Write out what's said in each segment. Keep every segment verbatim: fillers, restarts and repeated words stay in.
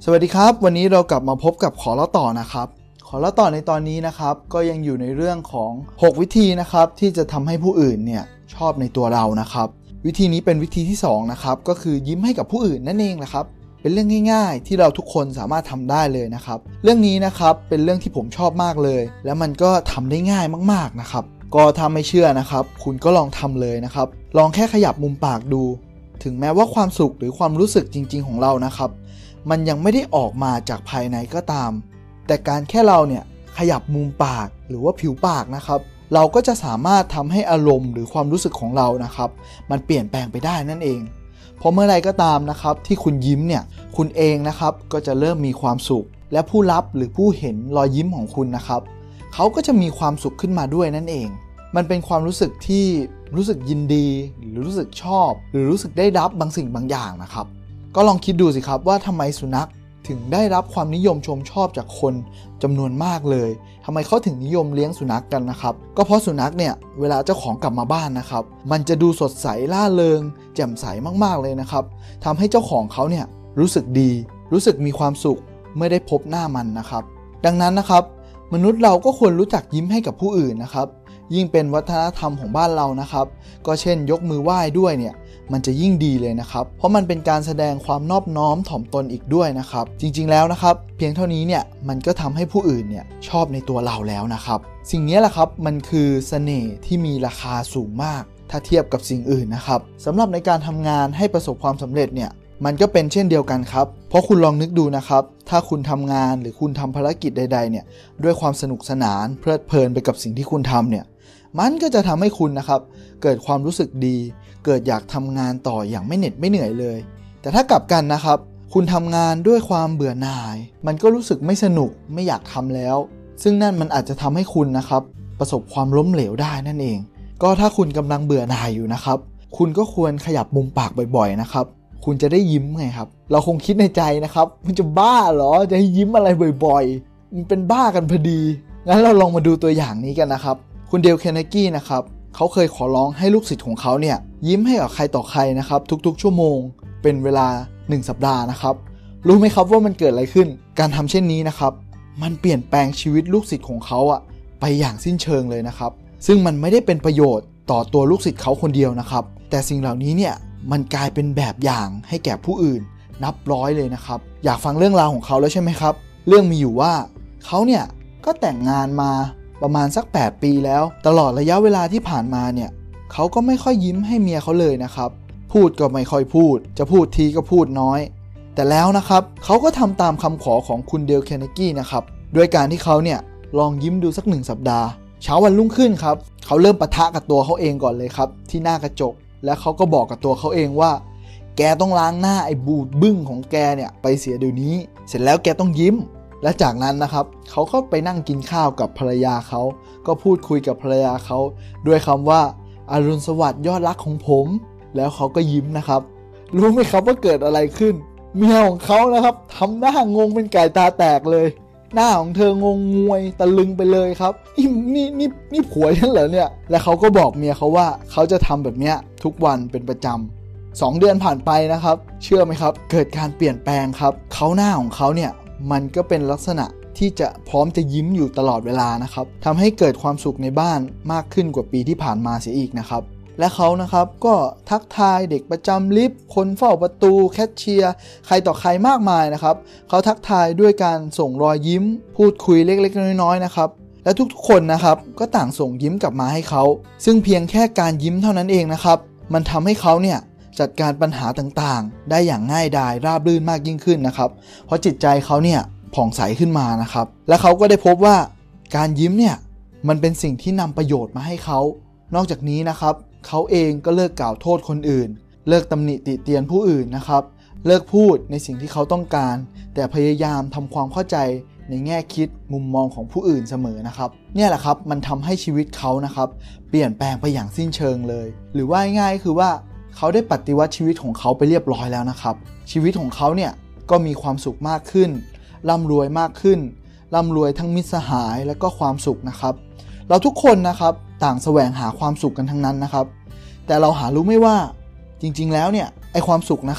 สวัสดีครับวันนี้เรากลับมาพบกับขอเล่าต่อนะครับขอเล่าต่อในตอนนี้นะครับก็ยังอยู่ในเรื่องของหกวิธีนะครับที่จะทำให้ผู้อื่นเนี่ยชอบในตัวเรานะครับวิธีนี้เป็นวิธีที่สองนะครับก็คือยิ้มให้กับผู้อื่นนั่นเองแหละครับเป็นเรื่องง่ายๆที่เราทุกคนสามารถทำได้เลยนะครับเรื่องนี้นะครับเป็นเรื่องที่ผมชอบมากเลยแล้วมันก็ทำได้ง่ายมากๆนะครับก็ถ้าไม่เชื่อนะครับคุณก็ลองทำเลยนะครับลองแค่ขยับมุมปากดูถึงแม้ว่าความสุขหรือความรู้สึกจริงๆของเรานะครับมันยังไม่ได้ออกมาจากภายในก็ตามแต่การแค่เราเนี่ยขยับมุมปากหรือว่าผิวปากนะครับเราก็จะสามารถทำให้อารมณ์หรือความรู้สึกของเรานะครับมันเปลี่ยนแปลงไปได้นั่นเองเพราะเมื่อไรก็ตามนะครับที่คุณยิ้มเนี่ยคุณเองนะครับก็จะเริ่มมีความสุขและผู้รับหรือผู้เห็นรอยยิ้มของคุณนะครับเขาก็จะมีความสุขขึ้นมาด้วยนั่นเองมันเป็นความรู้สึกที่รู้สึกยินดีหรือรู้สึกชอบหรือรู้สึกได้รับบางสิ่งบางอย่างนะครับก็ลองคิดดูสิครับว่าทำไมสุนัขถึงได้รับความนิยมชมชอบจากคนจำนวนมากเลยทำไมเขาถึงนิยมเลี้ยงสุนัข กันนะครับก็เพราะสุนัขเนี่ยเวลาเจ้าของกลับมาบ้านนะครับมันจะดูสดใสร่าเริงแจ่มใสมากๆเลยนะครับทำให้เจ้าของเขาเนี่ยรู้สึกดีรู้สึกมีความสุขเมื่อได้พบหน้ามันนะครับดังนั้นนะครับมนุษย์เราก็ควรรู้จักยิ้มให้กับผู้อื่นนะครับยิ่งเป็นวัฒนธรรมของบ้านเรานะครับก็เช่นยกมือไหว้ด้วยเนี่ยมันจะยิ่งดีเลยนะครับเพราะมันเป็นการแสดงความนอบน้อมถ่อมตนอีกด้วยนะครับจริงๆแล้วนะครับเพียงเท่านี้เนี่ยมันก็ทำให้ผู้อื่นเนี่ยชอบในตัวเราแล้วนะครับสิ่งนี้แหละครับมันคือเสน่ห์ที่มีราคาสูงมากถ้าเทียบกับสิ่งอื่นนะครับสำหรับในการทำงานให้ประสบความสำเร็จเนี่ยมันก็เป็นเช่นเดียวกันครับเพราะคุณลองนึกดูนะครับถ้าคุณทำงานหรือคุณทำภารกิจใดๆเนี่ยด้วยความสนุกสนานเพลิดเพลินไปกับสิ่งที่คุณทำเนี่ยมันก็จะทำให้คุณนะครับเกิดความรู้สึกดีเกิดอยากทำงานต่ออย่างไม่เหน็ดไม่เหนื่อยเลยแต่ถ้ากลับกันนะครับคุณทำงานด้วยความเบื่อหน่ายมันก็รู้สึกไม่สนุกไม่อยากทำแล้วซึ่งนั่นมันอาจจะทำให้คุณนะครับประสบความล้มเหลวได้นั่นเองก็ถ้าคุณกำลังเบื่อหน่ายอยู่นะครับคุณก็ควรขยับมุมปากบ่อยๆนะครับคุณจะได้ยิ้มไงครับเราคงคิดในใจนะครับมันจะบ้าเหรอจะให้ยิ้มอะไรบ่อยๆมันเป็นบ้ากันพอดีงั้นเราลองมาดูตัวอย่างนี้กันนะครับคุณเดล คาร์เนกีนะครับเขาเคยขอร้องให้ลูกศิษย์ของเขาเนี่ยยิ้มให้กับใครต่อใครนะครับทุกๆชั่วโมงเป็นเวลาหนึ่งสัปดาห์นะครับรู้ไหมครับว่ามันเกิดอะไรขึ้นการทำเช่นนี้นะครับมันเปลี่ยนแปลงชีวิตลูกศิษย์ของเขาอะไปอย่างสิ้นเชิงเลยนะครับซึ่งมันไม่ได้เป็นประโยชน์ต่อตัวลูกศิษย์เขาคนเดียวนะครับแต่สิ่งเหล่านี้เนี่ยมันกลายเป็นแบบอย่างให้แก่ผู้อื่นนับร้อยเลยนะครับอยากฟังเรื่องราวของเขาแล้วใช่ไหมครับเรื่องมีอยู่ว่าเขาเนี่ยก็แต่งงานมาประมาณสักแปดปีแล้วตลอดระยะเวลาที่ผ่านมาเนี่ยเขาก็ไม่ค่อยยิ้มให้เมียเขาเลยนะครับพูดก็ไม่ค่อยพูดจะพูดทีก็พูดน้อยแต่แล้วนะครับเขาก็ทำตามคำขอของคุณเดล คาร์เนกีนะครับด้วยการที่เขาเนี่ยลองยิ้มดูสักหนึ่งสัปดาห์เช้าวันรุ่งขึ้นครับเขาเริ่มปะทะกับตัวเขาเองก่อนเลยครับที่หน้ากระจกและเขาก็บอกกับตัวเขาเองว่าแกต้องล้างหน้าไอ้บูดบึ้งของแกเนี่ยไปเสียเดี๋ยวนี้เสร็จแล้วแกต้องยิ้มและจากนั้นนะครับเขาก็ไปนั่งกินข้าวกับภรรยาเขาก็พูดคุยกับภรรยาเขาด้วยคำว่าอรุณสวัสดิ์ยอดรักของผมแล้วเขาก็ยิ้มนะครับรู้ไหมครับว่าเกิดอะไรขึ้นเมียของเขานะครับทำหน้างงเป็นไก่ตาแตกเลยหน้าของเธองงงวยตะลึงไปเลยครับนี่นี่นี่นี่ผัวฉันเหรอเนี่ยและเขาก็บอกเมียเขาว่าเขาจะทำแบบเนี้ยทุกวันเป็นประจำสองเดือนผ่านไปนะครับเชื่อไหมครับเกิดการเปลี่ยนแปลงครับเขาหน้าของเขาเนี่ยมันก็เป็นลักษณะที่จะพร้อมจะยิ้มอยู่ตลอดเวลานะครับทำให้เกิดความสุขในบ้านมากขึ้นกว่าปีที่ผ่านมาเสียอีกนะครับและเขานะครับก็ทักทายเด็กประจำลิฟต์คนเฝ้าประตูแคชเชียร์ใครต่อใครมากมายนะครับเขาทักทายด้วยการส่งรอยยิ้มพูดคุยเล็กๆน้อยๆนะครับและทุกๆคนนะครับก็ต่างส่งยิ้มกลับมาให้เขาซึ่งเพียงแค่การยิ้มเท่านั้นเองนะครับมันทำให้เขาเนี่ยจัดการปัญหาต่างๆได้อย่างง่ายดายราบรื่นมากยิ่งขึ้นนะครับเพราะจิตใจเขาเนี่ยผ่องใสขึ้นมานะครับและเขาก็ได้พบว่าการยิ้มเนี่ยมันเป็นสิ่งที่นำประโยชน์มาให้เขานอกจากนี้นะครับเขาเองก็เลิกกล่าวโทษคนอื่นเลิกตำหนิติเตียนผู้อื่นนะครับเลิกพูดในสิ่งที่เขาต้องการแต่พยายามทำความเข้าใจในแง่คิดมุมมองของผู้อื่นเสมอนะครับเนี่ยแหละครับมันทำให้ชีวิตเขานะครับเปลี่ยนแปลงไปอย่างสิ้นเชิงเลยหรือว่าง่ายๆคือว่าเขาได้ปฏิวัติชีวิตของเขาไปเรียบร้อยแล้วนะครับชีวิตของเขาเนี่ยก็มีความสุขมากขึ้นร่ำรวยมากขึ้นร่ำรวยทั้งมิตรสหายและก็ความสุขนะครับเราทุกคนนะครับต่างแสวงหาความสุขกันทั้งนั้นนะครับแต่เราหารู้ไม่ว่าจริงๆแล้วเนี่ยไอความสุขนะครับ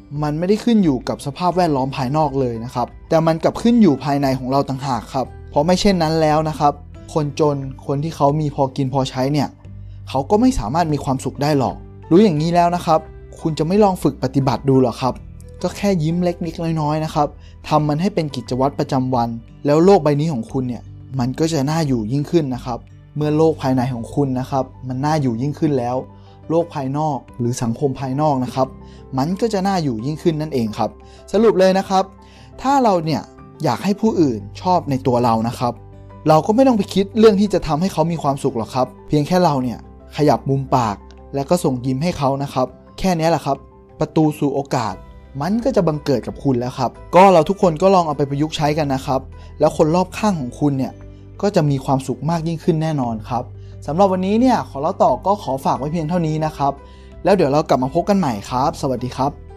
มันไม่ได้ขึ้นอยู่กับสภาพแวดล้อมภายนอกเลยนะครับแต่มันกลับขึ้นอยู่ภายในของเราต่างหากครับเพราะไม่เช่นนั้นแล้วนะครับคนจนคนที่เขามีพอกินพอใช้เนี่ยเขาก็ไม่สามารถมีความสุขได้หรอกรู้อย่างนี้แล้วนะครับคุณจะไม่ลองฝึกปฏิบัติดูหรอครับก็แค่ยิ้มเล็กนิดน้อยๆนะครับทำมันให้เป็นกิจวัตรประจำวันแล้วโลกใบนี้ของคุณเนี่ยมันก็จะน่าอยู่ยิ่งขึ้นนะครับเมื่อโลกภายในของคุณนะครับมันน่าอยู่ยิ่งขึ้นแล้วโลกภายนอกหรือสังคมภายนอกนะครับมันก็จะน่าอยู่ยิ่งขึ้นนั่นเองครับสรุปเลยนะครับถ้าเราเนี่ยอยากให้ผู้อื่นชอบในตัวเรานะครับเราก็ไม่ต้องไปคิดเรื่องที่จะทำให้เขามีความสุขหรอกครับเพียงแค่เราเนี่ยขยับมุมปากแล้วก็ส่งยิ้มให้เขานะครับแค่นี้แหละครับประตูสู่โอกาสมันก็จะบังเกิดกับคุณแล้วครับก็เราทุกคนก็ลองเอาไปประยุกต์ใช้กันนะครับแล้วคนรอบข้างของคุณเนี่ยก็จะมีความสุขมากยิ่งขึ้นแน่นอนครับสำหรับวันนี้เนี่ยขอเล่าต่อก็ขอฝากไว้เพียงเท่านี้นะครับแล้วเดี๋ยวเรากลับมาพบกันใหม่ครับสวัสดีครับ